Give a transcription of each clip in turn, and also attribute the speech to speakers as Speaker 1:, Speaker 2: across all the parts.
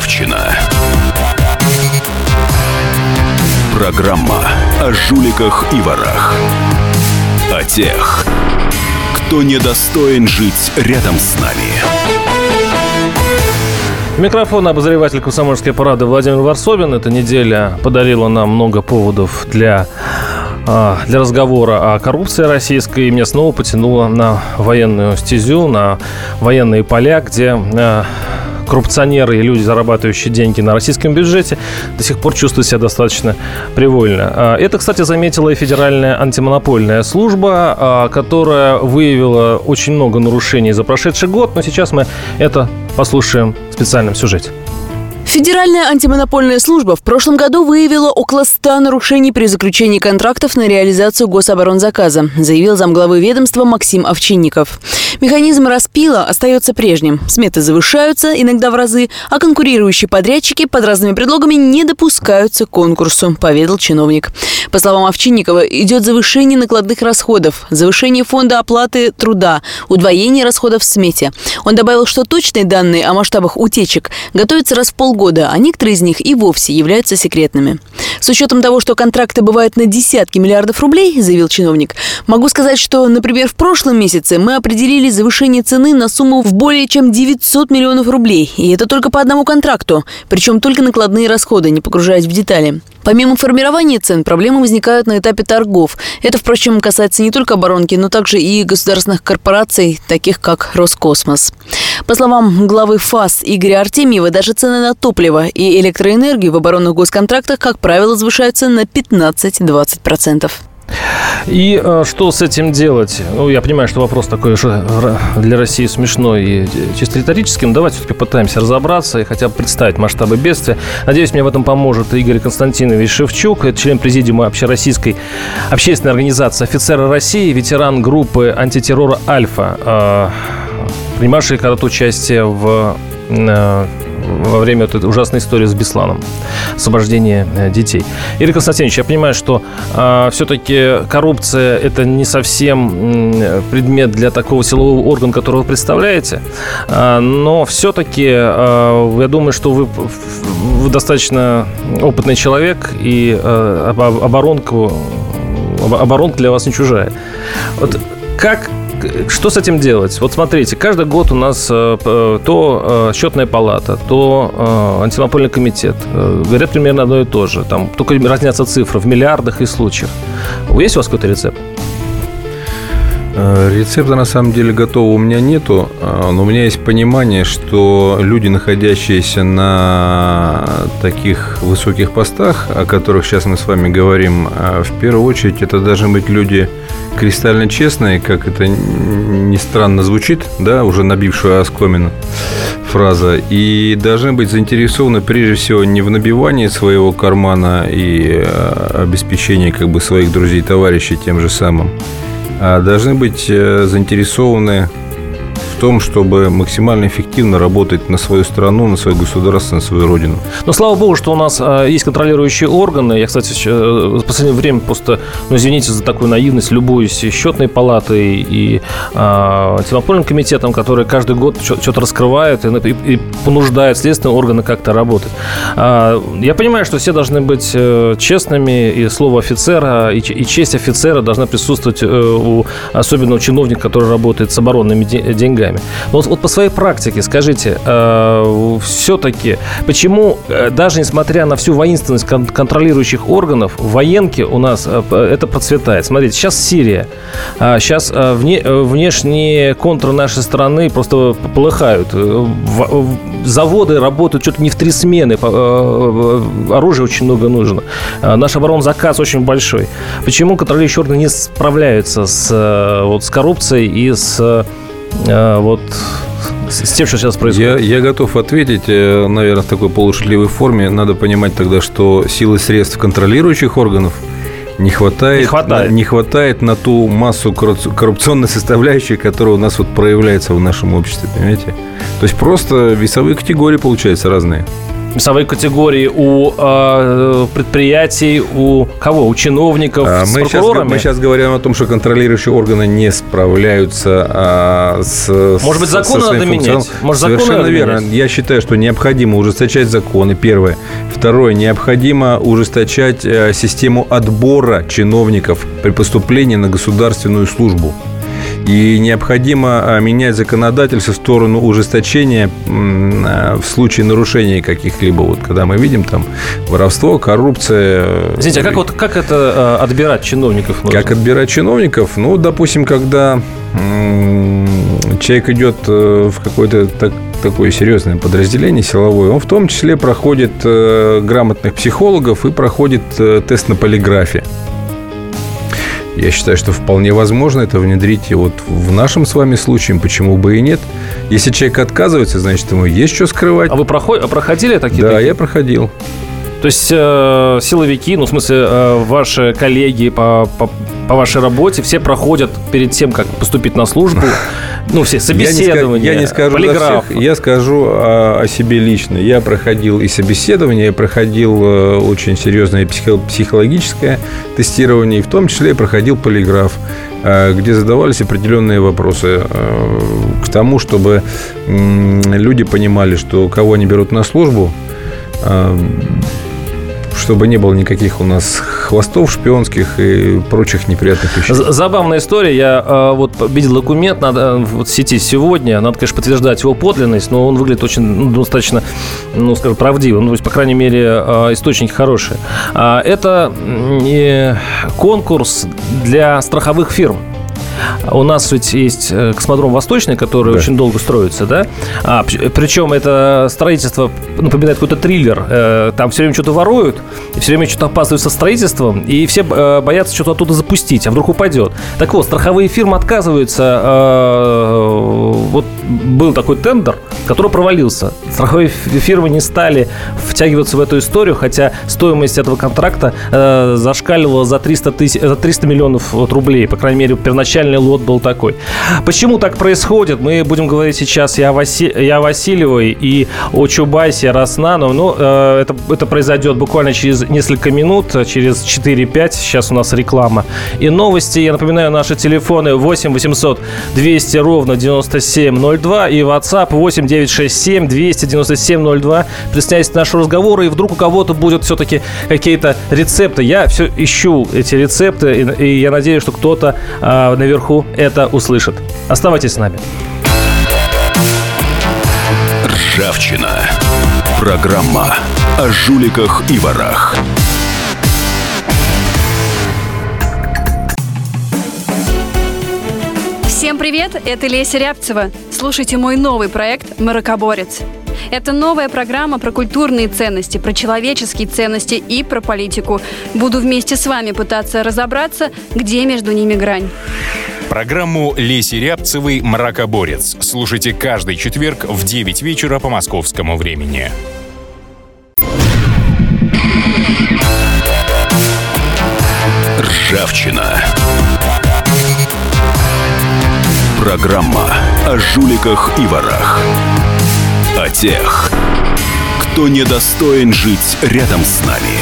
Speaker 1: Ржавчина. Программа о жуликах и ворах. О тех, кто недостоин жить рядом с нами.
Speaker 2: Микрофон обозреватель «Комсомольской правды» Владимир Варсобин. Эта неделя подарила нам много поводов для разговора о коррупции российской. И меня снова потянуло на военную стезю, на военные поля, где коррупционеры и люди, зарабатывающие деньги на российском бюджете, до сих пор чувствуют себя достаточно привольно. Это, кстати, заметила и Федеральная антимонопольная служба, которая выявила очень много нарушений за прошедший год. Но сейчас мы это послушаем в специальном сюжете.
Speaker 3: Федеральная антимонопольная служба в прошлом году выявила около 100 нарушений при заключении контрактов на реализацию гособоронзаказа, заявил замглавы ведомства Максим Овчинников. Механизм распила остается прежним. Сметы завышаются, иногда в разы, а конкурирующие подрядчики под разными предлогами не допускаются к конкурсу, поведал чиновник. По словам Овчинникова, идет завышение накладных расходов, завышение фонда оплаты труда, удвоение расходов в смете. Он добавил, что точные данные о масштабах утечек готовятся раз в полгода, а некоторые из них и вовсе являются секретными. С учетом того, что контракты бывают на десятки миллиардов рублей, заявил чиновник, могу сказать, что, например, в прошлом месяце мы определили завышение цены на сумму в более чем 900 миллионов рублей. И это только по одному контракту, причем только накладные расходы, не погружаясь в детали. Помимо формирования цен, проблемы возникают на этапе торгов. Это, впрочем, касается не только оборонки, но также и государственных корпораций, таких как Роскосмос. По словам главы ФАС Игоря Артемьева, даже цены на топливо и электроэнергию в оборонных госконтрактах, как правило, завышаются на 15-20%.
Speaker 2: И что с этим делать? Ну, я понимаю, что вопрос такой для России смешной и чисто риторический, но давайте все-таки пытаемся разобраться и хотя бы представить масштабы бедствия. Надеюсь, мне в этом поможет Игорь Константинович Шевчук, это член президиума общероссийской общественной организации «Офицеры России», ветеран группы антитеррора «Альфа», принимавший когда-то участие во время этой ужасной истории с Бесланом, освобождение детей. Игорь Константинович, я понимаю, что все-таки коррупция – это не совсем предмет для такого силового органа, которого вы представляете, но все-таки я думаю, что вы достаточно опытный человек, и оборонка для вас не чужая. Вот что с этим делать? Вот смотрите, каждый год у нас то счетная палата, то антимонопольный комитет говорят примерно одно и то же. Там только разнятся цифры в миллиардах и случаях. Есть у вас какой-то рецепт?
Speaker 4: Рецепта на самом деле готового у меня нету, но у меня есть понимание, что люди, находящиеся на таких высоких постах, о которых сейчас мы с вами говорим, в первую очередь это должны быть люди кристально честные, как это ни странно звучит, да, уже набившую оскомину фраза, и должны быть заинтересованы прежде всего не в набивании своего кармана и обеспечении как бы своих друзей, товарищей тем же самым, а должны быть заинтересованы в том, чтобы максимально эффективно работать на свою страну, на свое государство, на свою родину.
Speaker 2: Но слава богу, что у нас есть контролирующие органы. Я, кстати, в последнее время просто, извините за такую наивность, любуюсь и счетной палатой, и антимонопольным комитетом, которые каждый год что-то раскрывают и понуждают следственные органы как-то работать. Я понимаю, что все должны быть честными, и слово офицера, и честь офицера должна присутствовать особенно у чиновника, который работает с оборонными деньгами. Но вот по своей практике скажите, все-таки почему, даже несмотря на всю воинственность контролирующих органов, в военке у нас это процветает? Смотрите, сейчас Сирия, сейчас внешние контуры нашей страны просто полыхают. Заводы работают чуть ли не в 3 смены, оружия очень много нужно. Наш оборонзаказ очень большой. Почему контролирующие органы не справляются с коррупцией и с тем, что сейчас происходит?
Speaker 4: Я готов ответить, наверное, в такой полушутливой форме. Надо понимать тогда, что силы средств контролирующих органов не хватает на ту массу коррупционной составляющей, которая у нас проявляется в нашем обществе, понимаете? То есть просто весовые категории получаются разные.
Speaker 2: весовые категории у предприятий, у кого? У чиновников, с прокурорами?
Speaker 4: Мы сейчас говорим о том, что контролирующие органы не справляются
Speaker 2: Может быть, законы надо менять?
Speaker 4: Совершенно верно. Я считаю, что необходимо ужесточать законы, первое. Второе, необходимо ужесточать систему отбора чиновников при поступлении на государственную службу. И необходимо менять законодательство в сторону ужесточения в случае нарушения каких-либо. Вот когда мы видим там воровство, коррупция.
Speaker 2: Извините, а как это отбирать чиновников? Нужно?
Speaker 4: Как отбирать чиновников? Ну, допустим, когда человек идет в какое-то такое серьезное подразделение силовое, он в том числе проходит грамотных психологов и проходит тест на полиграфе. Я считаю, что вполне возможно это внедрить и вот в нашем с вами случае, почему бы и нет. Если человек отказывается, значит, ему есть что скрывать.
Speaker 2: А вы проходили такие?
Speaker 4: Да, я проходил.
Speaker 2: То есть силовики, ну, в смысле, ваши коллеги по вашей работе, все проходят перед тем, как поступить на службу, ну, все собеседования,
Speaker 4: я не скажу
Speaker 2: полиграф.
Speaker 4: Всех, я скажу о себе лично. Я проходил и собеседование, я проходил очень серьезное психологическое тестирование, и в том числе я проходил полиграф, где задавались определенные вопросы к тому, чтобы люди понимали, что кого они берут на службу, чтобы не было никаких у нас хвостов шпионских и прочих неприятных вещей.
Speaker 2: Забавная история. Я вот видел документ в сети сегодня. Надо, конечно, подтверждать его подлинность, но он выглядит очень достаточно, ну, скажем, правдивым. Ну, то есть, по крайней мере, источники хорошие. Это конкурс для страховых фирм. У нас ведь есть космодром Восточный, который очень долго строится, да? Причем это строительство напоминает какой-то триллер. Там все время что-то воруют, и все время что-то опаздывают со строительством, и все боятся что-то оттуда запустить, а вдруг упадет. Так вот, страховые фирмы отказываются. Вот был такой тендер, который провалился. Страховые фирмы не стали втягиваться в эту историю, хотя стоимость этого контракта зашкаливала за 300 миллионов рублей. По крайней мере, первоначальный лот был такой. Почему так происходит? Мы будем говорить сейчас и о Васильевой, и о Чубайсе, Роснанове. Но это произойдет буквально через несколько минут, через 4-5. Сейчас у нас реклама и новости. Я напоминаю, наши телефоны 8 800 200 ровно 9702 и WhatsApp 8 967 297 02. Присоединяйтесь к нашему разговору, и вдруг у кого-то будут все-таки какие-то рецепты. Я все ищу эти рецепты, и я надеюсь, что кто-то наверху это услышит. Оставайтесь с нами.
Speaker 1: Ржавчина. Программа о жуликах и ворах.
Speaker 5: Всем привет, это Леся Рябцева. Слушайте мой новый проект «Мракоборец». Это новая программа про культурные ценности, про человеческие ценности и про политику. Буду вместе с вами пытаться разобраться, где между ними грань.
Speaker 6: Программу Леси Рябцевой «Мракоборец» слушайте каждый четверг в 9 вечера по московскому времени.
Speaker 1: Ржавчина. Программа о жуликах и ворах. О тех, кто недостоин жить рядом с нами.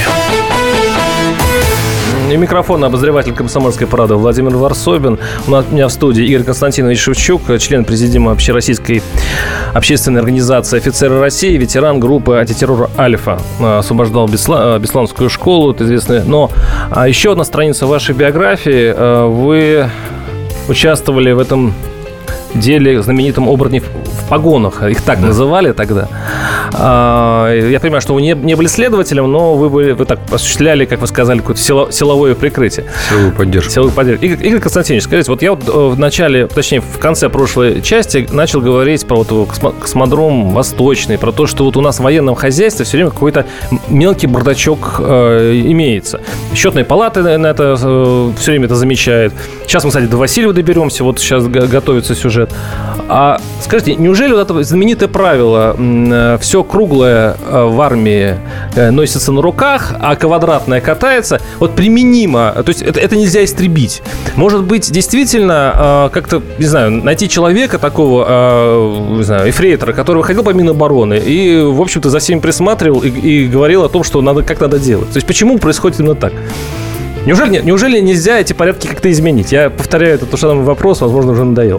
Speaker 2: И микрофон обозреватель «Комсомольской правды» Владимир Варсобин. У меня в студии Игорь Константинович Шевчук, член президиума Общероссийской общественной организации «Офицеры России», ветеран группы антитеррора «Альфа». Освобождал Бесланскую школу, это известно. Но еще одна страница вашей биографии. Вы участвовали в этом деле знаменитом оборотней в погонах. Их так называли тогда. Я понимаю, что вы не были следователем, но вы так осуществляли, как вы сказали, какое-то силовое прикрытие.
Speaker 4: Силовую поддержку.
Speaker 2: Игорь Константинович, скажите, вот я вот в начале, точнее, в конце прошлой части начал говорить про вот космодром Восточный, про то, что вот у нас в военном хозяйстве все время какой-то мелкий бардачок имеется. Счетные палаты на это все время это замечают. Сейчас мы, кстати, до Васильева доберемся, вот сейчас готовится сюжет. А скажите, неужели вот это знаменитое правило «все все круглое в армии носится на руках, а квадратное катается, вот применимо, то есть это нельзя истребить. Может быть, действительно, как-то, не знаю, найти человека такого, не знаю, эфрейтора, который выходил по Минобороны и, в общем-то, за всеми присматривал и говорил о том, что как надо делать. То есть почему происходит именно так? Неужели нельзя эти порядки как-то изменить? Я повторяю этот самый вопрос, возможно, уже надоел.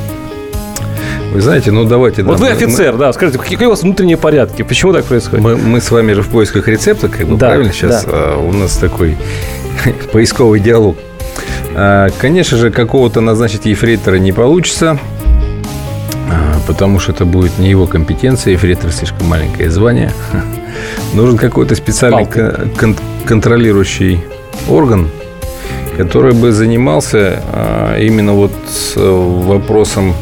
Speaker 4: Вы знаете, давайте...
Speaker 2: Вот вы офицер, скажите, какие у вас внутренние порядки? Почему так происходит?
Speaker 4: Мы с вами же в поисках рецепта, правильно сейчас? Да. У нас такой поисковый диалог. Конечно же, какого-то назначить ефрейтора не получится, потому что это будет не его компетенция. Ефрейтор слишком маленькое звание. Нужен какой-то специальный контролирующий орган, который бы занимался именно вот вопросом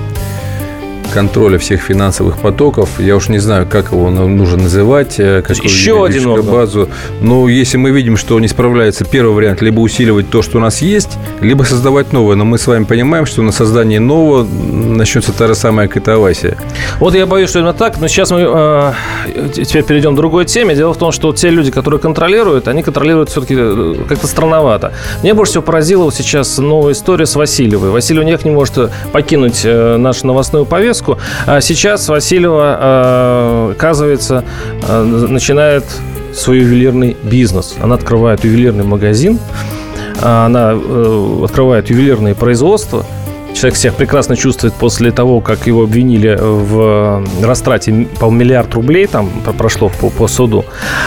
Speaker 4: контроля всех финансовых потоков. Я уж не знаю, как его нужно называть, какую
Speaker 2: еще один
Speaker 4: базу. Но если мы видим, что не справляется, первый вариант либо усиливать то, что у нас есть, либо создавать новое. Но мы с вами понимаем, что на создание нового начнется та же самая катавасия.
Speaker 2: Вот я боюсь, что именно так. Но сейчас мы теперь перейдем к другой теме. Дело в том, что те люди, которые контролируют, они контролируют все-таки как-то странновато. Мне больше всего поразила вот сейчас новая история с Васильевой. Васильева никак не может покинуть нашу новостную повестку. А сейчас Васильева, оказывается, начинает свой ювелирный бизнес. Она открывает ювелирный магазин, она открывает ювелирные производства. Человек всех прекрасно чувствует после того, как его обвинили в растрате, по-моему, 1 миллиард рублей, там прошло по суду.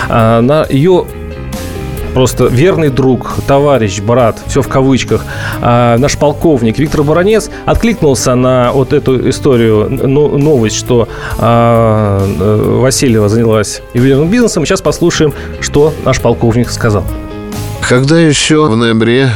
Speaker 2: Ее просто верный друг, товарищ, брат, все в кавычках, наш полковник Виктор Баранец откликнулся на вот эту историю, новость, что Васильева занялась ювелирным бизнесом. Сейчас послушаем, что наш полковник сказал.
Speaker 7: Когда еще в ноябре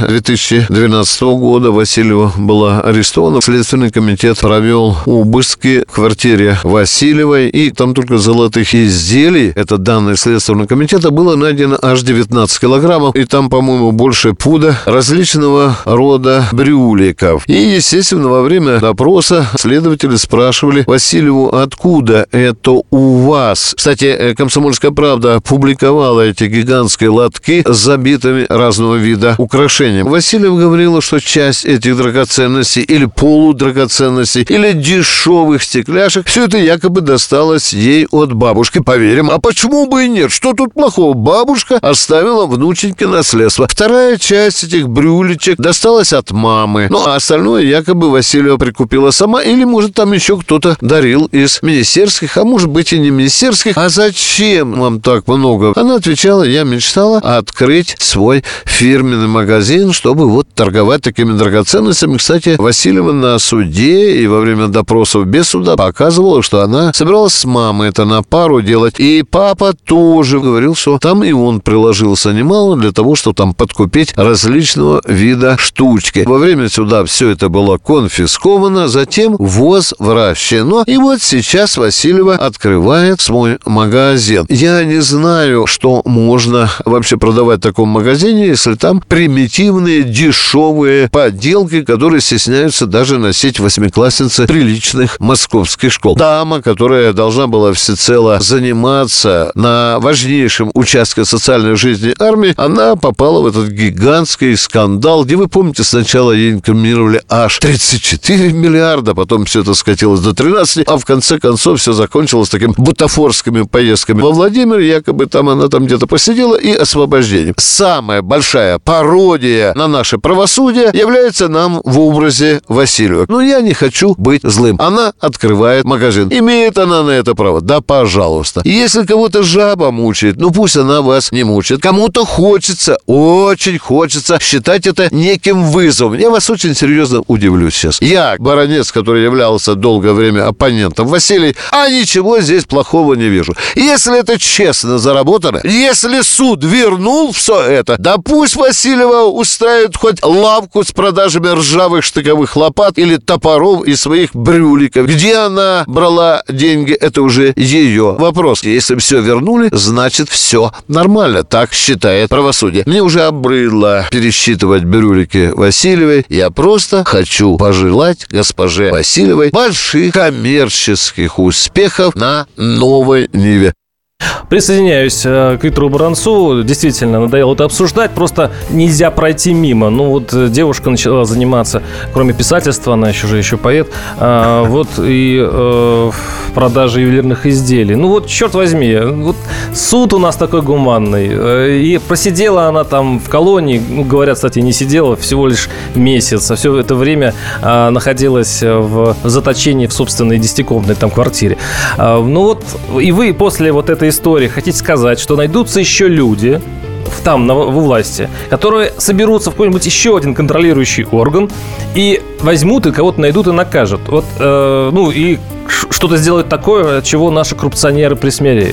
Speaker 7: 2012 года Васильева была арестована, Следственный комитет провел обыски в квартире Васильевой, и там только золотых изделий, это данные Следственного комитета, было найдено аж 19 килограммов, и там, по-моему, больше пуда различного рода брюликов. И, естественно, во время допроса следователи спрашивали Васильеву, откуда это у вас? Кстати, «Комсомольская правда» публиковала эти гигантские лотки с забитыми разного вида украшениями. Васильева говорила, что часть этих драгоценностей или полудрагоценностей, или дешевых стекляшек, все это якобы досталось ей от бабушки. Поверим, а почему бы и нет? Что тут плохого? Бабушка оставила внученьке наследство. Вторая часть этих брюлечек досталась от мамы. Ну, а остальное якобы Васильева прикупила сама, или, может, там еще кто-то дарил из министерских, а может быть и не министерских. А зачем вам так много? Она отвечала, я мечтала открыть свой фирменный магазин, чтобы вот торговать такими драгоценностями. Кстати, Васильева на суде и во время допросов без суда показывала, что она собиралась с мамой это на пару делать. И папа тоже говорил, что там и он приложился немало для того, чтобы там подкупить различного вида штучки. Во время суда все это было конфисковано, затем возвращено. И вот сейчас Васильева открывает свой магазин. Я не знаю, что можно вообще продавать в таком магазине, если там примитивные, дешевые подделки, которые стесняются даже носить восьмиклассницы приличных московских школ. Дама, которая должна была всецело заниматься на важнейшем участке социальной жизни армии, она попала в этот гигантский скандал, где, вы помните, сначала ей инкриминировали аж 34 миллиарда, потом все это скатилось до 13, а в конце концов все закончилось такими бутафорскими поездками во Владимир, якобы там она там где-то посидела, и освобождением. Самая большая пародия на наше правосудие является нам в образе Васильева. Но я не хочу быть злым. Она открывает магазин. Имеет она на это право? Да, пожалуйста. Если кого-то жаба мучает, ну пусть она вас не мучает. Кому-то хочется, очень хочется считать это неким вызовом. Я вас очень серьезно удивлю сейчас. Я, Баранец, который являлся долгое время оппонентом Василия, а ничего здесь плохого не вижу. Если это честно заработано, если суд вернул все это, Да пусть Васильева устраивает хоть лавку с продажами ржавых штыковых лопат или топоров и своих брюликов. Где она брала деньги, это уже ее вопрос. Если все вернули, значит все нормально. Так считает правосудие. Мне уже обрыдло пересчитывать брюлики Васильевой. Я просто хочу пожелать госпоже Васильевой больших коммерческих успехов на новой Ниве.
Speaker 2: Присоединяюсь к Виктору Баранцу. Действительно, надоело это обсуждать. Просто нельзя пройти мимо. Ну, вот девушка начала заниматься, кроме писательства, она еще поэт, вот и продажи ювелирных изделий. Ну, вот, черт возьми, вот суд у нас такой гуманный. И просидела она там в колонии, ну, говорят, кстати, не сидела, всего лишь месяц. А все это время находилась в заточении в собственной 10-комнатной там квартире. Ну, вот, и вы после вот этой истории хотите сказать, что найдутся еще люди там, во власти, которые соберутся в какой-нибудь еще один контролирующий орган и возьмут и кого-то найдут и накажут. Вот, ну, и что-то сделают такое, от чего наши коррупционеры присмиреют.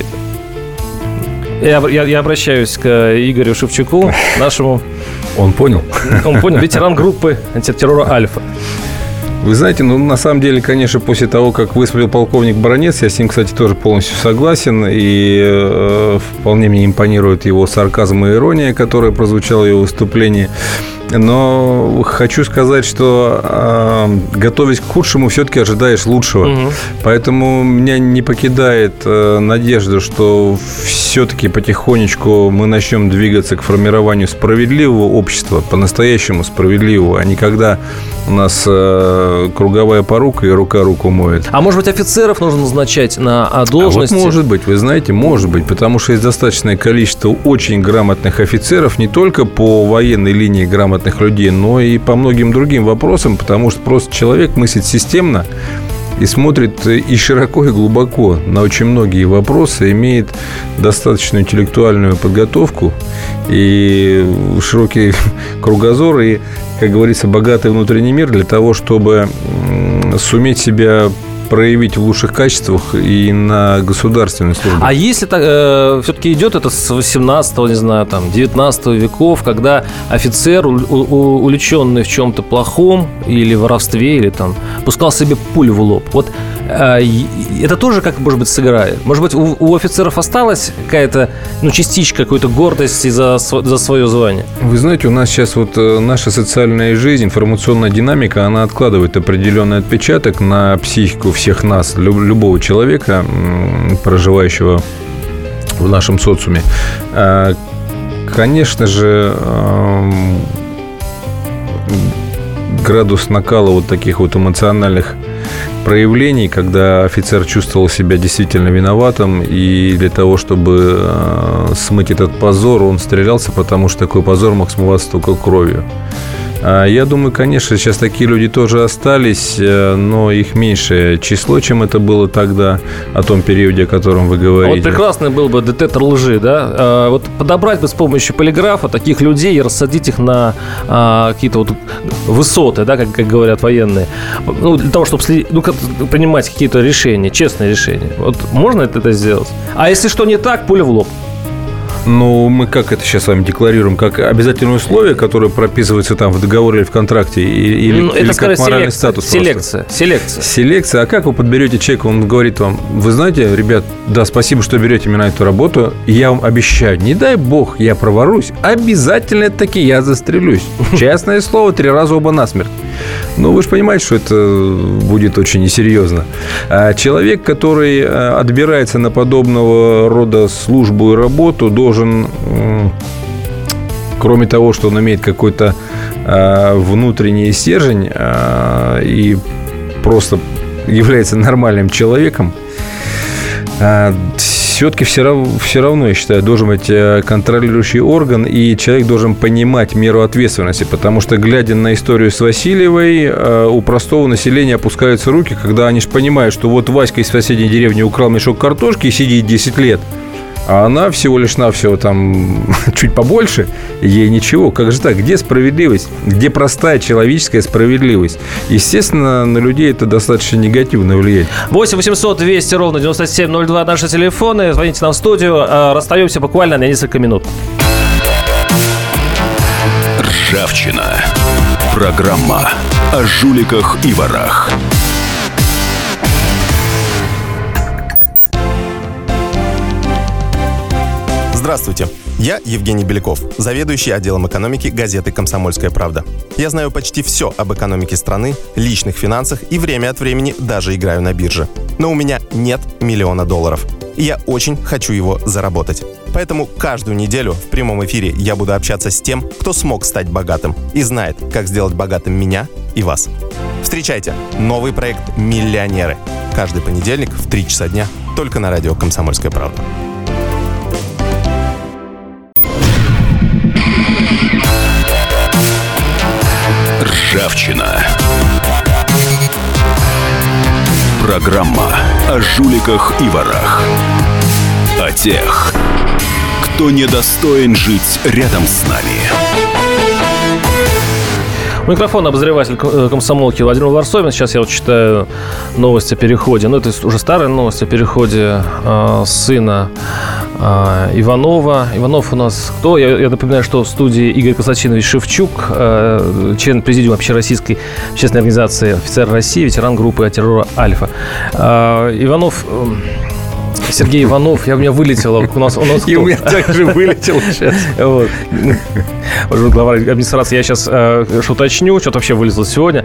Speaker 2: Я обращаюсь к Игорю Шевчуку, нашему...
Speaker 4: Он понял.
Speaker 2: Он понял. Ветеран группы антитеррора «Альфа».
Speaker 4: Вы знаете, ну, на самом деле, конечно, после того, как выступил полковник Баранец, я с ним, кстати, тоже полностью согласен, и вполне мне импонирует его сарказм и ирония, которая прозвучала в его выступлении. Но хочу сказать, что готовясь к худшему, все-таки ожидаешь лучшего. Угу. Поэтому меня не покидает надежда, что все-таки потихонечку мы начнем двигаться к формированию справедливого общества, по-настоящему справедливого, а не когда у нас круговая порука и рука руку моет.
Speaker 2: А может быть, офицеров нужно назначать на должности?
Speaker 4: А вот может быть, вы знаете, может быть, потому что есть достаточное количество очень грамотных офицеров, не только по военной линии грамотных людей, но и по многим другим вопросам, потому что просто человек мыслит системно и смотрит и широко, и глубоко на очень многие вопросы, имеет достаточную интеллектуальную подготовку и широкий кругозор, и, как говорится, богатый внутренний мир для того, чтобы суметь себя проявить в лучших качествах и на государственной службе.
Speaker 2: А если все-таки идет это с 18-го, не знаю, там, 19 веков, когда офицер, увлеченный в чем-то плохом или воровстве, или там, пускал себе пулю в лоб. Вот это тоже, как, может быть, сыграет? Может быть, у офицеров осталась какая-то, ну, частичка какой-то гордости за свое звание?
Speaker 4: Вы знаете, у нас сейчас вот наша социальная жизнь, информационная динамика, она откладывает определенный отпечаток на психику всех нас, любого человека, проживающего в нашем социуме. Конечно же, градус накала вот таких вот эмоциональных проявлений, когда офицер чувствовал себя действительно виноватым, и для того, чтобы смыть этот позор, он стрелялся, потому что такой позор мог смываться только кровью. Я думаю, конечно, сейчас такие люди тоже остались, но их меньшее число, чем это было тогда, о том периоде, о котором вы говорите.
Speaker 2: Вот прекрасный был бы детектор лжи, да? Вот подобрать бы с помощью полиграфа таких людей и рассадить их на какие-то вот высоты, да, как говорят военные, ну, для того, чтобы принимать какие-то решения, честные решения. Вот можно это сделать? А если что не так, пуля в лоб.
Speaker 4: Ну, мы как это сейчас с вами декларируем? Как обязательное условие, которое прописывается там в договоре или в контракте? Или
Speaker 2: это,
Speaker 4: как моральный статус?
Speaker 2: Селекция.
Speaker 4: А как вы подберете человека? Он говорит вам: вы знаете, ребят, да, спасибо, что берете меня на эту работу. Я вам обещаю, не дай бог, я проворусь. Обязательно таки я застрелюсь. Честное слово, 3 раза оба насмерть. Ну, вы же понимаете, что это будет очень несерьезно. А человек, который отбирается на подобного рода службу и работу, должен, кроме того, что он имеет какой-то внутренний стержень и просто является нормальным человеком, все-таки все равно, я считаю, должен быть контролирующий орган, и человек должен понимать меру ответственности, потому что, глядя на историю с Васильевой, у простого населения опускаются руки, когда они же понимают, что вот Васька из соседней деревни украл мешок картошки и сидит 10 лет, а она всего лишь навсего там чуть побольше, ей ничего. Как же так? Где справедливость? Где простая человеческая справедливость? Естественно, на людей это достаточно негативно влияет.
Speaker 2: 8 800 200 ровно 9702 наши телефоны. Звоните нам в студию. Расстаемся буквально на несколько минут.
Speaker 1: Ржавчина. Программа о жуликах и ворах.
Speaker 8: Здравствуйте, я Евгений Беляков, заведующий отделом экономики газеты «Комсомольская правда». Я знаю почти все об экономике страны, личных финансах и время от времени даже играю на бирже. Но у меня нет $1 миллиона. И я очень хочу его заработать. Поэтому каждую неделю в прямом эфире я буду общаться с тем, кто смог стать богатым и знает, как сделать богатым меня и вас. Встречайте новый проект «Миллионеры». Каждый понедельник в 3 часа дня только на радио «Комсомольская правда».
Speaker 1: Ржавчина. Программа о жуликах и ворах. О тех, кто недостоин жить рядом с нами.
Speaker 2: У микрофона обозреватель комсомолки Владимир Варсобин. Сейчас я вот читаю новости о переходе. Это уже старая новость о переходе сына Иванова. Иванов у нас кто? Я напоминаю, что в студии Игорь Константинович Шевчук, член президиума общероссийской общественной организации «Офицер России», ветеран группы террора «Альфа». Иванов... Сергей Иванов, у меня вылетело. У нас
Speaker 4: и у меня также вылетело сейчас.
Speaker 2: Вот. Глава администрации, я сейчас что уточню, что-то вообще вылезло сегодня.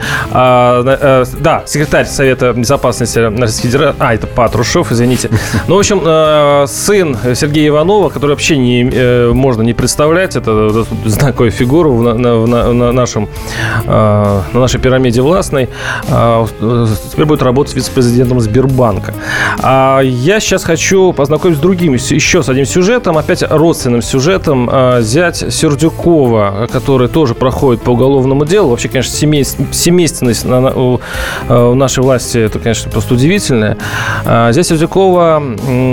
Speaker 2: Да, секретарь Совета безопасности Российской Федерации. Это Патрушев, извините. Ну, в общем, сын Сергея Иванова, который вообще можно не представлять, это знаковая фигура на нашей пирамиде властной, теперь будет работать вице-президентом Сбербанка. Я сейчас хочу познакомить еще с одним сюжетом, опять родственным сюжетом. Зять Сердюкова, который тоже проходит по уголовному делу. Вообще, конечно, семейственность у нашей власти, это, конечно, просто удивительная. Зять Сердюкова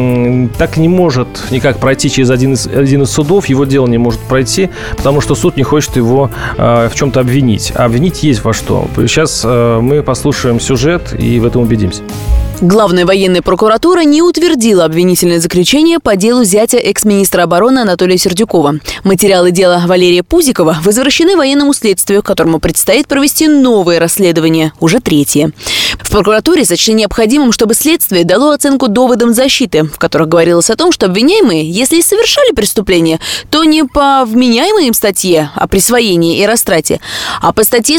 Speaker 2: так не может никак пройти через один из судов. Его дело не может пройти, потому что суд не хочет его в чем-то обвинить. А обвинить есть во что. Сейчас мы послушаем сюжет и в этом убедимся.
Speaker 3: Главная военная прокуратура не утвердила обвинительное заключение по делу зятя экс-министра обороны Анатолия Сердюкова. Материалы дела Валерия Пузикова возвращены военному следствию, которому предстоит провести новое расследование, уже 3-е. В прокуратуре сочли необходимым, чтобы следствие дало оценку доводам защиты, в которых говорилось о том, что обвиняемые, если и совершали преступление, то не по вменяемой им статье о присвоении и растрате, а по статье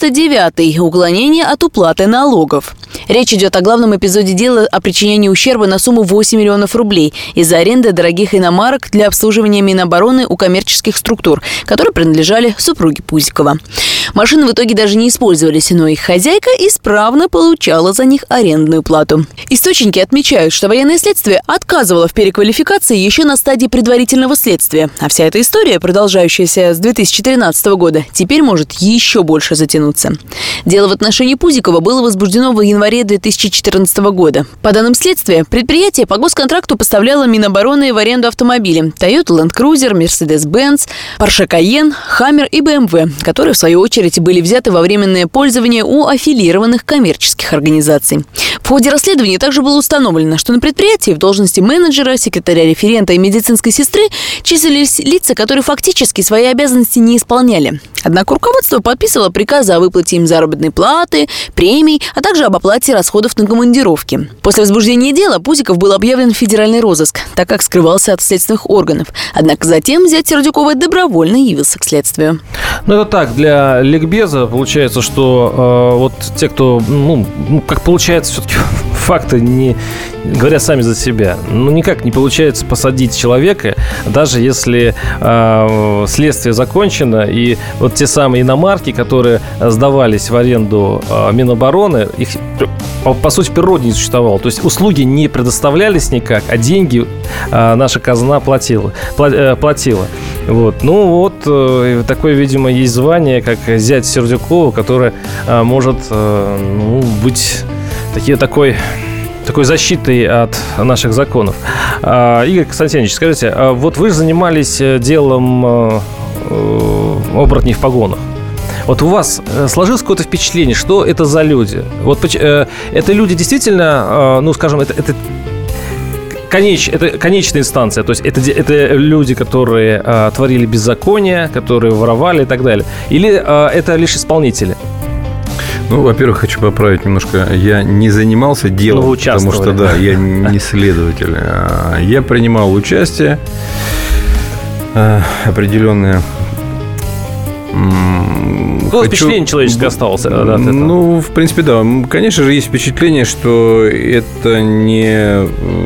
Speaker 3: 199 «Уклонение от уплаты налогов». Речь идет о главном эпизоде дела о причинении ущерба на сумму 8 миллионов рублей из-за аренды дорогих иномарок для обслуживания Минобороны у коммерческих структур, которые принадлежали супруге Пузикова. Машины в итоге даже не использовались, но их хозяйка исправно получала за них арендную плату. Источники отмечают, что военное следствие отказывало в переквалификации еще на стадии предварительного следствия. А вся эта история, продолжающаяся с 2013 года, теперь может еще больше затянуться. Дело в отношении Пузикова было возбуждено в январе 2014 года. По данным следствия, предприятие по госконтракту поставляло Минобороны в аренду автомобили Toyota Land Cruiser, Mercedes-Benz, Porsche Cayenne, Hammer и BMW, которые, в свою очередь, были взяты во временное пользование у аффилированных коммерческих организаций. В ходе расследования также было установлено, что на предприятии в должности менеджера, секретаря-референта и медицинской сестры числились лица, которые фактически свои обязанности не исполняли. Однако руководство подписывало приказы о выплате им заработной платы, премий, а также об оплате расходов на командировки. После возбуждения дела Пузиков был объявлен в федеральный розыск, так как скрывался от следственных органов. Однако затем зять Сердюкова добровольно явился к следствию.
Speaker 2: Это так, для ликбеза получается, что вот те, кто, как получается, все-таки факты не говорят сами за себя. Никак не получается посадить человека, даже если следствие закончено, и вот те самые иномарки, которые сдавались в аренду Минобороны, их, по сути, в природе не существовало. То есть услуги не предоставлялись никак, а деньги наша казна платила. Такое, видимо, есть звание, как зять Сердюкова, которое может быть такой защитой от наших законов. Игорь Константинович, скажите, вот вы же занимались делом оборотней в погонах. Вот у вас сложилось какое-то впечатление, что это за люди? Вот это люди действительно, это конечная инстанция. То есть это люди, которые творили беззаконие, которые воровали и так далее. Или это лишь исполнители?
Speaker 4: Ну, во-первых, хочу поправить немножко. Я не занимался делом, потому что, да, я не следователь. Я принимал участие определенное.
Speaker 2: Впечатление человеческое осталось от этого.
Speaker 4: Ну, в принципе, да. Конечно же, есть впечатление, что это не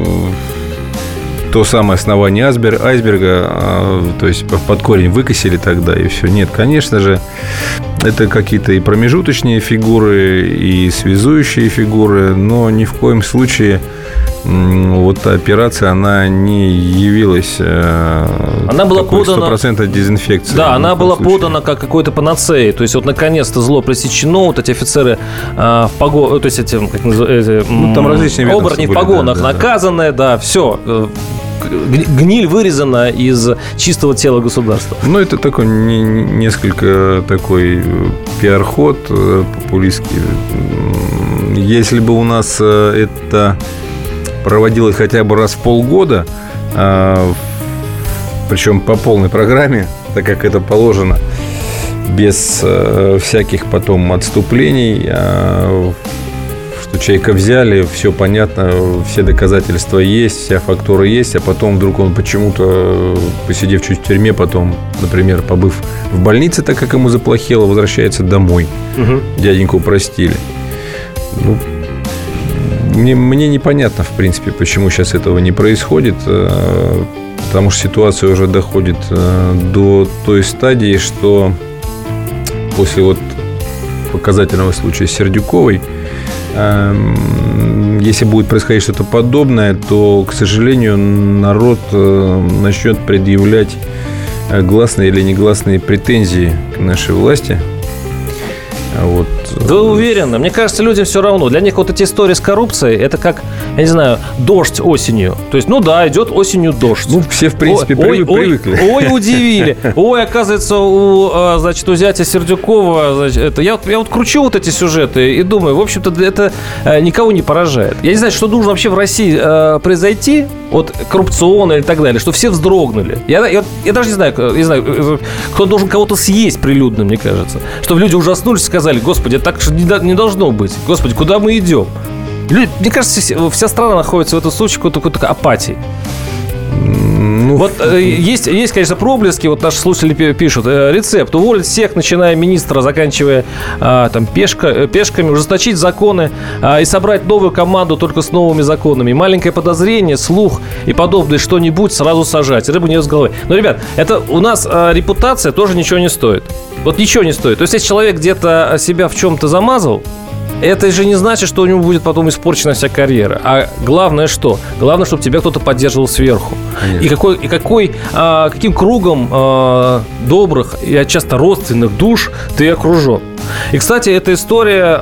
Speaker 4: то самое основание айсберга, то есть под корень выкосили тогда, и все. Нет, конечно же, это какие-то и промежуточные фигуры, и связующие фигуры, но ни в коем случае вот операция, она не явилась
Speaker 2: она была подана
Speaker 4: 100% дезинфекцией.
Speaker 2: Да, она была подана как какой-то панацеей. То есть вот наконец-то зло пресечено. Вот эти офицеры в погонах, то есть эти, как называется,
Speaker 4: там различные
Speaker 2: оборотни в погонах наказаны, да, все. Гниль вырезана из чистого тела государства.
Speaker 4: Ну, это такой несколько такой пиар-ход популистский. Если бы у нас это проводилось хотя бы раз в полгода, причем по полной программе, так как это положено, без всяких потом отступлений, что человека взяли, все понятно, все доказательства есть, вся фактура есть, а потом вдруг он почему-то, посидев чуть в тюрьме, потом, например, побыв в больнице, так как ему заплохело, возвращается домой. Дяденьку простили. Ну, мне непонятно, в принципе, почему сейчас этого не происходит, потому что ситуация уже доходит до той стадии, что после вот показательного случая с Сердюковой, если будет происходить что-то подобное, то, к сожалению, народ начнет предъявлять гласные или негласные претензии к нашей власти. Вот.
Speaker 2: Да уверенно. Мне кажется, людям все равно. Для них вот эти истории с коррупцией, это как, я не знаю, дождь осенью. То есть, ну да, идет осенью дождь.
Speaker 4: Ну, все, в принципе, привыкли.
Speaker 2: Ой, удивили. Ой, оказывается, у зятя Сердюкова, значит, я вот кручу вот эти сюжеты и думаю, в общем-то, это никого не поражает. Я не знаю, что должно вообще в России произойти, вот коррупционно или так далее, что все вздрогнули. Я даже не знаю, кто должен кого-то съесть прилюдно, мне кажется. Чтобы люди ужаснулись и сказали: господи, так же не должно быть. Господи, куда мы идем? Мне кажется, вся страна находится в этом случае в какой-то апатии. Ну, вот есть, конечно, проблески. Вот наши слушатели пишут: рецепт: уволить всех, начиная министра, заканчивая там пешками, ужесточить законы и собрать новую команду только с новыми законами. Маленькое подозрение, слух и подобное что-нибудь сразу сажать. Рыбу не с головы. Но, ребят, это у нас репутация тоже ничего не стоит. Вот ничего не стоит. То есть, если человек где-то себя в чем-то замазал, это же не значит, что у него будет потом испорчена вся карьера. А главное что? Главное, чтобы тебя кто-то поддерживал сверху. Конечно. И каким кругом добрых и часто родственных душ ты окружен. И, кстати, эта история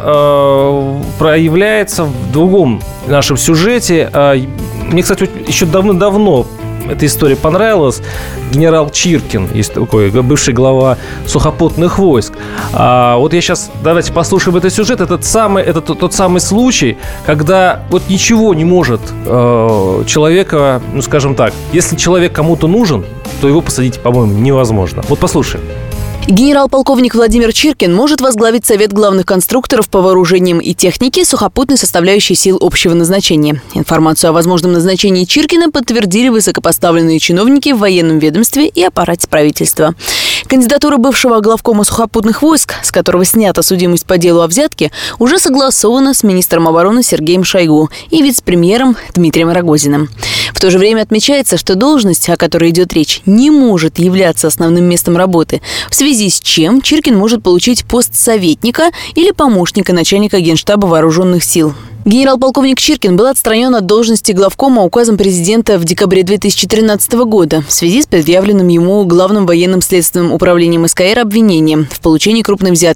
Speaker 2: проявляется в другом нашем сюжете. Мне, кстати, еще давным-давно эта история понравилась. Генерал Чиркин, есть такой бывший глава сухопутных войск. Вот я сейчас, давайте послушаем этот сюжет. Это тот самый случай, когда вот ничего не может человека, ну, скажем так, если человек кому-то нужен, то его посадить, по-моему, невозможно. Вот послушаем.
Speaker 3: Генерал-полковник Владимир Чиркин может возглавить Совет главных конструкторов по вооружениям и технике сухопутной составляющей сил общего назначения. Информацию о возможном назначении Чиркина подтвердили высокопоставленные чиновники в военном ведомстве и аппарате правительства. Кандидатура бывшего главкома сухопутных войск, с которого снята судимость по делу о взятке, уже согласована с министром обороны Сергеем Шойгу и вице-премьером Дмитрием Рогозиным. В то же время отмечается, что должность, о которой идет речь, не может являться основным местом работы, в связи с чем Чиркин может получить пост советника или помощника начальника Генштаба Вооруженных сил. Генерал-полковник Чиркин был отстранен от должности главкома указом президента в декабре 2013 года в связи с предъявленным ему Главным военным следственным управлением СКР обвинением в получении крупной взятки.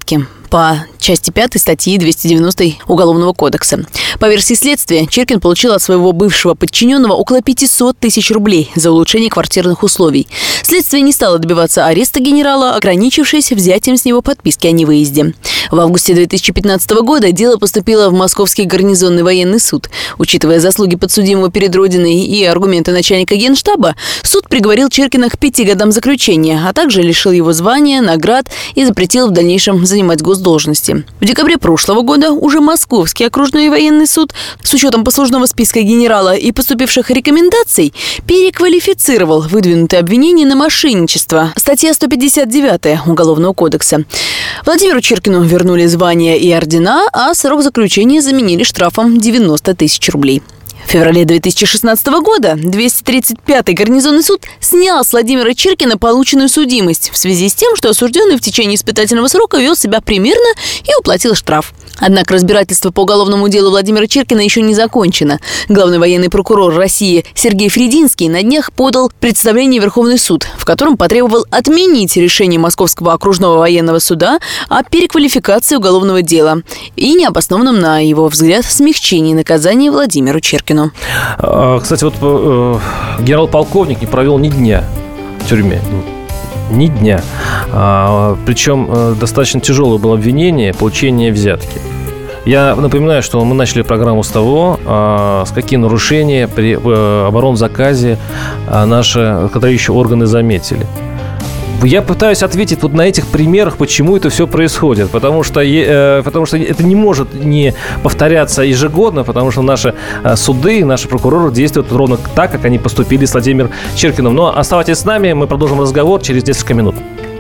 Speaker 3: по части 5 статьи 290 Уголовного кодекса. По версии следствия, Чиркин получил от своего бывшего подчиненного около 500 тысяч рублей за улучшение квартирных условий. Следствие не стало добиваться ареста генерала, ограничившись взятием с него подписки о невыезде. В августе 2015 года дело поступило в Московский гарнизонный военный суд. Учитывая заслуги подсудимого перед Родиной и аргументы начальника Генштаба, суд приговорил Чиркина к 5 годам заключения, а также лишил его звания, наград и запретил в дальнейшем занимать госдолжности. В декабре прошлого года уже Московский окружной военный суд с учетом послужного списка генерала и поступивших рекомендаций переквалифицировал выдвинутые обвинения на мошенничество. Статья 159 Уголовного кодекса. Владимиру Чиркину вернули звания и ордена, а срок заключения заменили штрафом 90 тысяч рублей. В феврале 2016 года 235-й гарнизонный суд снял с Владимира Чиркина полученную судимость в связи с тем, что осужденный в течение испытательного срока вел себя примирно и уплатил штраф. Однако разбирательство по уголовному делу Владимира Чиркина еще не закончено. Главный военный прокурор России Сергей Фридинский на днях подал представление в Верховный суд, в котором потребовал отменить решение Московского окружного военного суда о переквалификации уголовного дела и необоснованном, на его взгляд, смягчении наказания Владимиру Чиркину.
Speaker 2: Кстати, вот генерал-полковник не провел ни дня в тюрьме. Ни дня. Причем достаточно тяжелое было обвинение получения взятки. Я напоминаю, что мы начали программу с того, с какие нарушения при оборонзаказе наши контролирующие органы заметили. Я пытаюсь ответить вот на этих примерах, почему это все происходит. Потому что это не может не повторяться ежегодно, потому что наши суды, наши прокуроры действуют ровно так, как они поступили с Владимиром Чиркиным. Но оставайтесь с нами, мы продолжим разговор через несколько минут.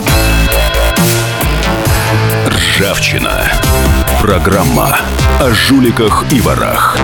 Speaker 1: Ржавчина. Программа о жуликах и ворах.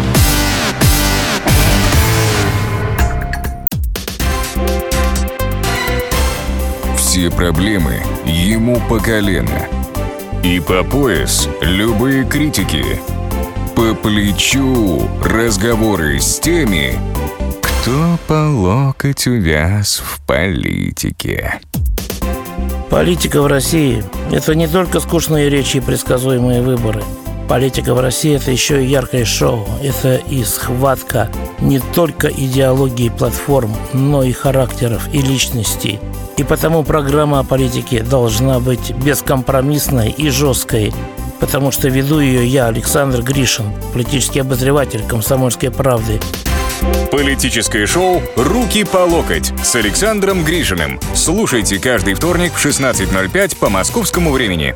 Speaker 9: Все проблемы ему по колено. И по пояс любые критики. По плечу разговоры с теми, кто по локоть увяз в политике.
Speaker 10: Политика в России – это не только скучные речи и предсказуемые выборы. Политика в России – это еще и яркое шоу. Это и схватка не только идеологии платформ, но и характеров и личностей. И потому программа о политике должна быть бескомпромиссной и жесткой, потому что веду ее я, Александр Гришин, политический обозреватель «Комсомольской правды».
Speaker 6: Политическое шоу «Руки по локоть» с Александром Гришиным. Слушайте каждый вторник в 16:05 по московскому времени.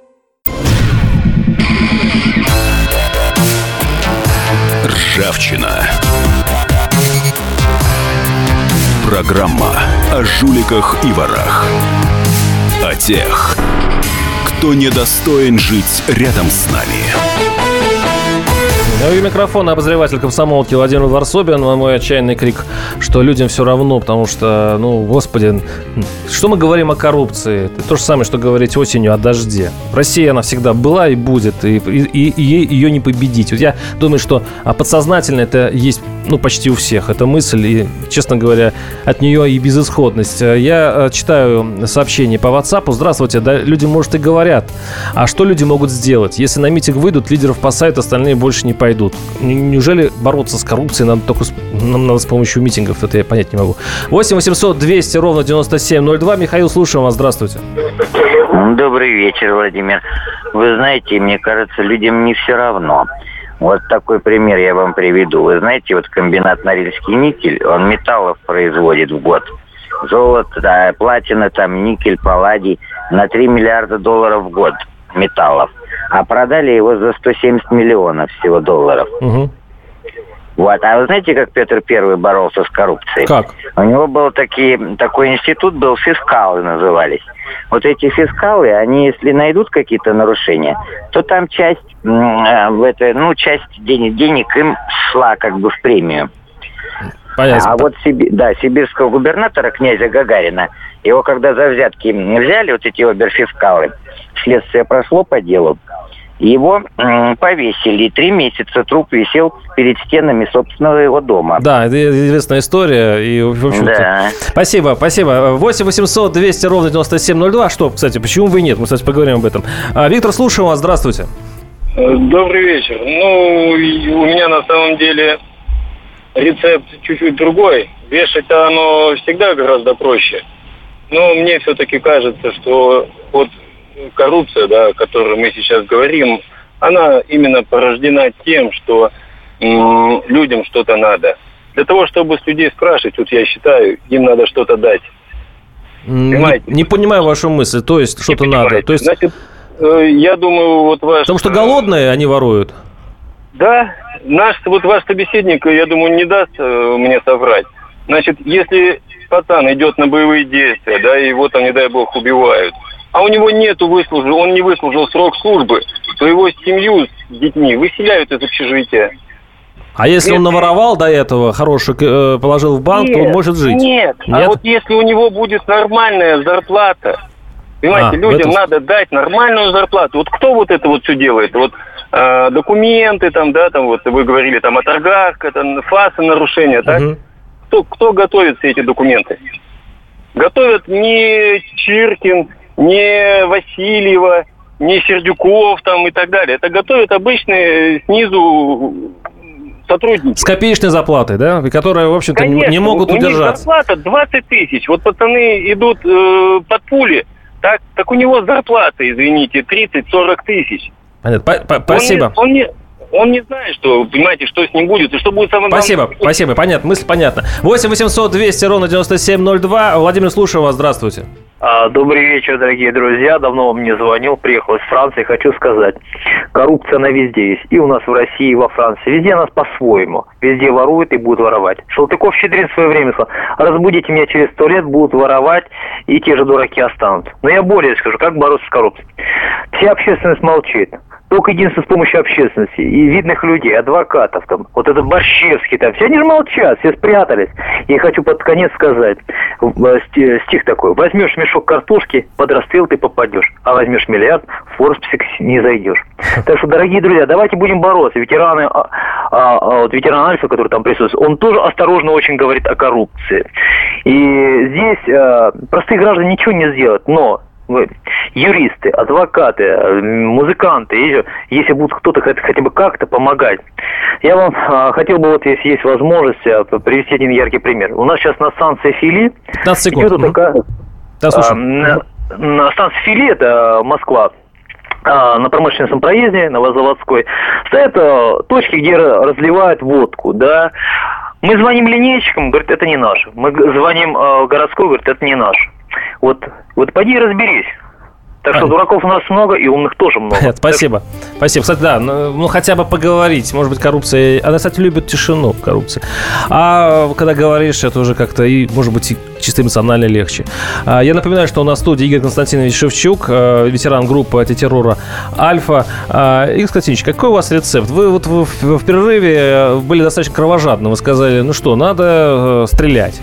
Speaker 1: Ржавчина. Программа о жуликах и ворах. О тех, кто недостоин жить рядом с нами.
Speaker 2: У микрофона обозреватель комсомолки Владимир Варсобин. Мой отчаянный крик, что людям все равно, потому что, господи, что мы говорим о коррупции? Это то же самое, что говорить осенью о дожде. В России она всегда была и будет, и ее не победить. Вот я думаю, что подсознательно это есть почти у всех. Эта мысль, и, честно говоря, от нее и безысходность. Я читаю сообщения по WhatsApp. Здравствуйте, да, люди, может, и говорят. А что люди могут сделать? Если на митинг выйдут, лидеров посадят, остальные больше не пойдут. Неужели бороться с коррупцией нам надо с помощью митингов? Это я понять не могу. 8 800 200 ровно 9702. Михаил, слушаем вас. Здравствуйте.
Speaker 11: Добрый вечер, Владимир. Вы знаете, мне кажется, людям не все равно. Вот такой пример я вам приведу. Вы знаете, вот комбинат Норильский никель, он металлов производит в год. Золото, да, платина, там, никель, палладий на $3 миллиарда в год металлов. А продали его за 170 миллионов всего долларов.
Speaker 2: Угу.
Speaker 11: Вот. А вы знаете, как Петр I боролся с коррупцией?
Speaker 2: Как?
Speaker 11: У него был такой институт, был фискалы назывались. Вот эти фискалы, они, если найдут какие-то нарушения, то там часть денег им шла как бы в премию.
Speaker 2: Понятно.
Speaker 11: А вот сибирского губернатора, князя Гагарина, его когда за взятки взяли, вот эти оберфискалы, следствие прошло по делу, Его повесили, 3 месяца труп висел перед стенами собственного его дома.
Speaker 2: Да, это известная история. И, в общем-то...
Speaker 11: Да.
Speaker 2: Спасибо. 8 800 200 ровно 9702. Что, кстати, почему бы и нет? Мы, кстати, поговорим об этом. Виктор, слушаем вас. Здравствуйте.
Speaker 12: Добрый вечер. У меня на самом деле рецепт чуть-чуть другой. Вешать-то оно всегда гораздо проще. Но мне все-таки кажется, что вот коррупция, да, о которой мы сейчас говорим, она именно порождена тем, что людям что-то надо. Для того, чтобы с людей спрашивать, вот я считаю, им надо что-то дать. Понимаете?
Speaker 2: Не понимаю вашу мысль. То есть, что-то надо. То есть...
Speaker 12: Значит, я думаю, вот ваш...
Speaker 2: Потому что голодные они воруют.
Speaker 12: Да, ваш собеседник, я думаю, не даст мне соврать. Значит, если пацан идет на боевые действия, да, и его там, не дай бог, убивают, а у него он не выслужил срок службы, то его семью с детьми выселяют из общежития.
Speaker 2: А если он наворовал до этого, хороший, положил в банк, то он может жить?
Speaker 12: Нет. А вот если у него будет нормальная зарплата, понимаете, людям надо дать нормальную зарплату. Вот кто вот это вот все делает? Вот документы там, да, там вот вы говорили там о торгах, это фасы нарушения, так? Кто готовит все эти документы? Готовят не Чиркин, не Васильева, не Сердюков там и так далее. Это готовят обычные снизу сотрудники.
Speaker 2: С копеечной зарплатой, да? Которые, в общем-то, не могут удержаться.
Speaker 12: У них зарплата 20 тысяч. Вот пацаны идут под пули, так у него зарплата, извините, 30-40 тысяч.
Speaker 2: Понятно. Спасибо.
Speaker 12: Он не знает, что, понимаете, что с ним будет и что будет самое главное.
Speaker 2: Спасибо, понятно, мысль понятна. 8 800 200 ровно 9702. Владимир, слушаю вас, здравствуйте.
Speaker 13: Добрый вечер, дорогие друзья. Давно вам не звонил, приехал из Франции. Хочу сказать, коррупция она везде есть. И у нас в России, и во Франции. Везде нас по-своему. Везде воруют и будут воровать. Шалтыков-Щедрин в свое время сказал: разбудите меня через 100 лет, будут воровать, и те же дураки останутся. Но я более скажу, как бороться с коррупцией. Вся общественность молчит. Только единственное с помощью общественности и видных людей, адвокатов там, вот этот Борщевский там, все они же молчат, все спрятались. И хочу под конец сказать, стих такой: возьмешь мешок картошки, под расстрел ты попадешь, а возьмешь миллиард, в Форбс не зайдешь. Так что, дорогие друзья, давайте будем бороться. Ветеран Альфа, который там присутствует, он тоже осторожно очень говорит о коррупции. И здесь простые граждане ничего не сделают, но юристы, адвокаты, музыканты, если будет кто-то хотя бы как-то помогать. Я вам хотел бы, вот если есть возможность, привести один яркий пример. У нас сейчас на станции Фили идет такая... На станции Фили, это Москва, на промышленном проезде, Новозаводской, стоят точки, где разливают водку, да. Мы звоним линейщикам, говорят, это не наш. Мы звоним городской, говорят, это не наш. Вот пойди и разберись. Так что дураков у нас много, и умных тоже много.
Speaker 2: Спасибо. Спасибо. Кстати, да, хотя бы поговорить. Может быть, коррупция... Она, кстати, любит тишину, коррупция. А когда говоришь, это уже как-то, и, может быть, и чисто эмоционально легче. Я напоминаю, что у нас в студии Игорь Константинович Шевчук, ветеран группы антитеррора «Альфа». Игорь Константинович, какой у вас рецепт? Вы вот в перерыве были достаточно кровожадны. Вы сказали, надо стрелять.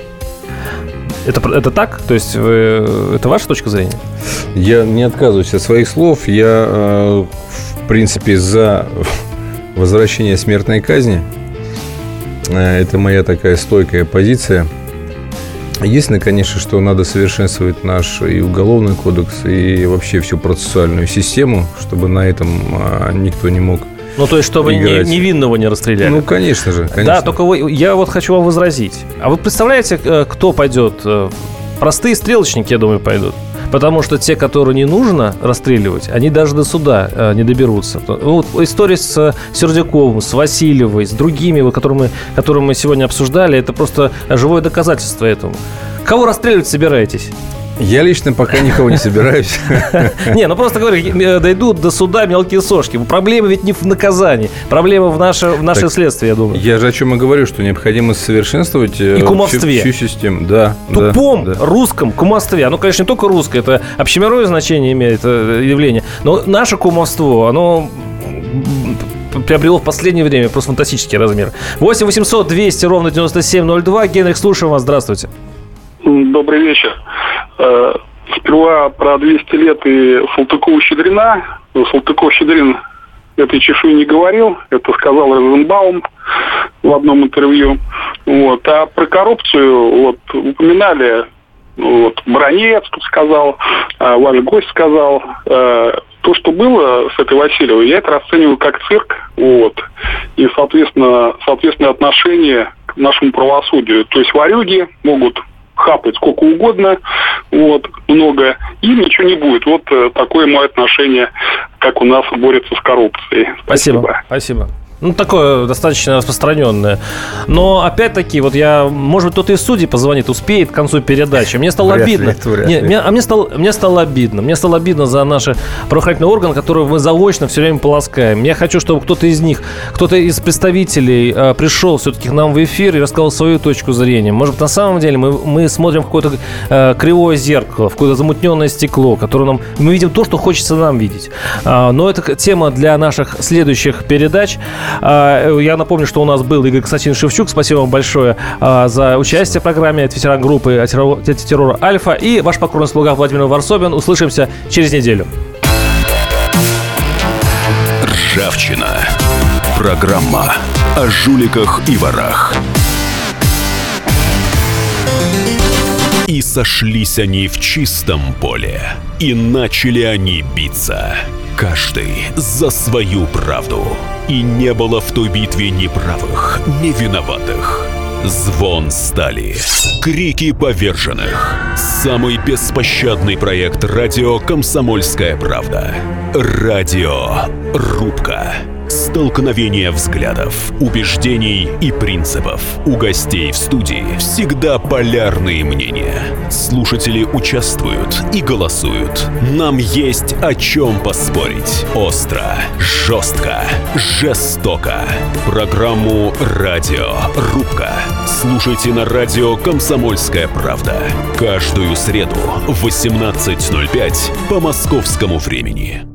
Speaker 2: Это так? То есть это ваша точка зрения?
Speaker 4: Я не отказываюсь от своих слов. Я, в принципе, за возвращение смертной казни. Это моя такая стойкая позиция. Единственное, конечно, что надо совершенствовать наш и уголовный кодекс, и вообще всю процессуальную систему, чтобы на этом никто не мог...
Speaker 2: то есть, чтобы невинного не расстреляли.
Speaker 4: Ну, конечно же.
Speaker 2: Да, только я вот хочу вам возразить. А вы представляете, кто пойдет? Простые стрелочники, я думаю, пойдут. Потому что те, которые не нужно расстреливать, они даже до суда не доберутся. Вот история с Сердюковым, с Васильевой, с другими, которые мы сегодня обсуждали, это просто живое доказательство этому. Кого расстреливать собираетесь?
Speaker 4: Я лично пока никого не собираюсь.
Speaker 2: Не, просто говорю, дойдут до суда мелкие сошки. Проблема ведь не в наказании. Проблема в наше следствие, я думаю.
Speaker 4: Я же о чем и говорю, что необходимо совершенствовать всю систему. Да.
Speaker 2: Тупом русском кумовстве. Оно, конечно, не только русское, это общемировое значение имеет явление. Но наше кумовство, оно приобрело в последнее время просто фантастический размер. 8 800 200 ровно 9702. Генрих, слушаем вас. Здравствуйте.
Speaker 12: Добрый вечер.
Speaker 14: Сперва про 200 лет и Салтыкова-Щедрина. Салтыков-Щедрин этой чешуи не говорил, это сказал Розенбаум в одном интервью. Вот. А про коррупцию вот упоминали, вот, Бронец тут сказал, ваш гость сказал. То, что было с этой Васильевой, я это расцениваю как цирк, вот, и, соответственно, отношение к нашему правосудию. То есть ворюги могут хапать сколько угодно, вот, много, им ничего не будет. Вот такое мое отношение, как у нас борется с коррупцией.
Speaker 2: Спасибо. Ну, такое достаточно распространенное. Но, опять-таки, вот может быть, кто-то из судей позвонит, успеет к концу передачи. Мне стало обидно. Мне стало обидно. Мне стало обидно за наши правоохранительные органы, которые мы заочно все время полоскаем. Я хочу, чтобы кто-то из них, кто-то из представителей пришел все-таки к нам в эфир и рассказал свою точку зрения. Может быть, на самом деле мы смотрим в какое-то кривое зеркало, в какое-то замутненное стекло, которое мы видим то, что хочется нам видеть. Но это тема для наших следующих передач. Я напомню, что у нас был Игорь Константинович Шевчук. Спасибо вам большое за участие в программе. Это ветеран группы антитеррора «Альфа». И ваш покорный слуга Владимир Варсобин. Услышимся через неделю.
Speaker 1: Ржавчина. Программа о жуликах и ворах. И сошлись они в чистом поле, и начали они биться. Каждый за свою правду. И не было в той битве ни правых, ни виноватых. Звон стали, крики поверженных. Самый беспощадный проект радио «Комсомольская правда». Радиорубка. Столкновение взглядов, убеждений и принципов. У гостей в студии всегда полярные мнения. Слушатели участвуют и голосуют. Нам есть о чем поспорить. Остро, жестко, жестоко. Программу «Радиорубка» слушайте на радио «Комсомольская правда». Каждую среду в 18:05 по московскому времени.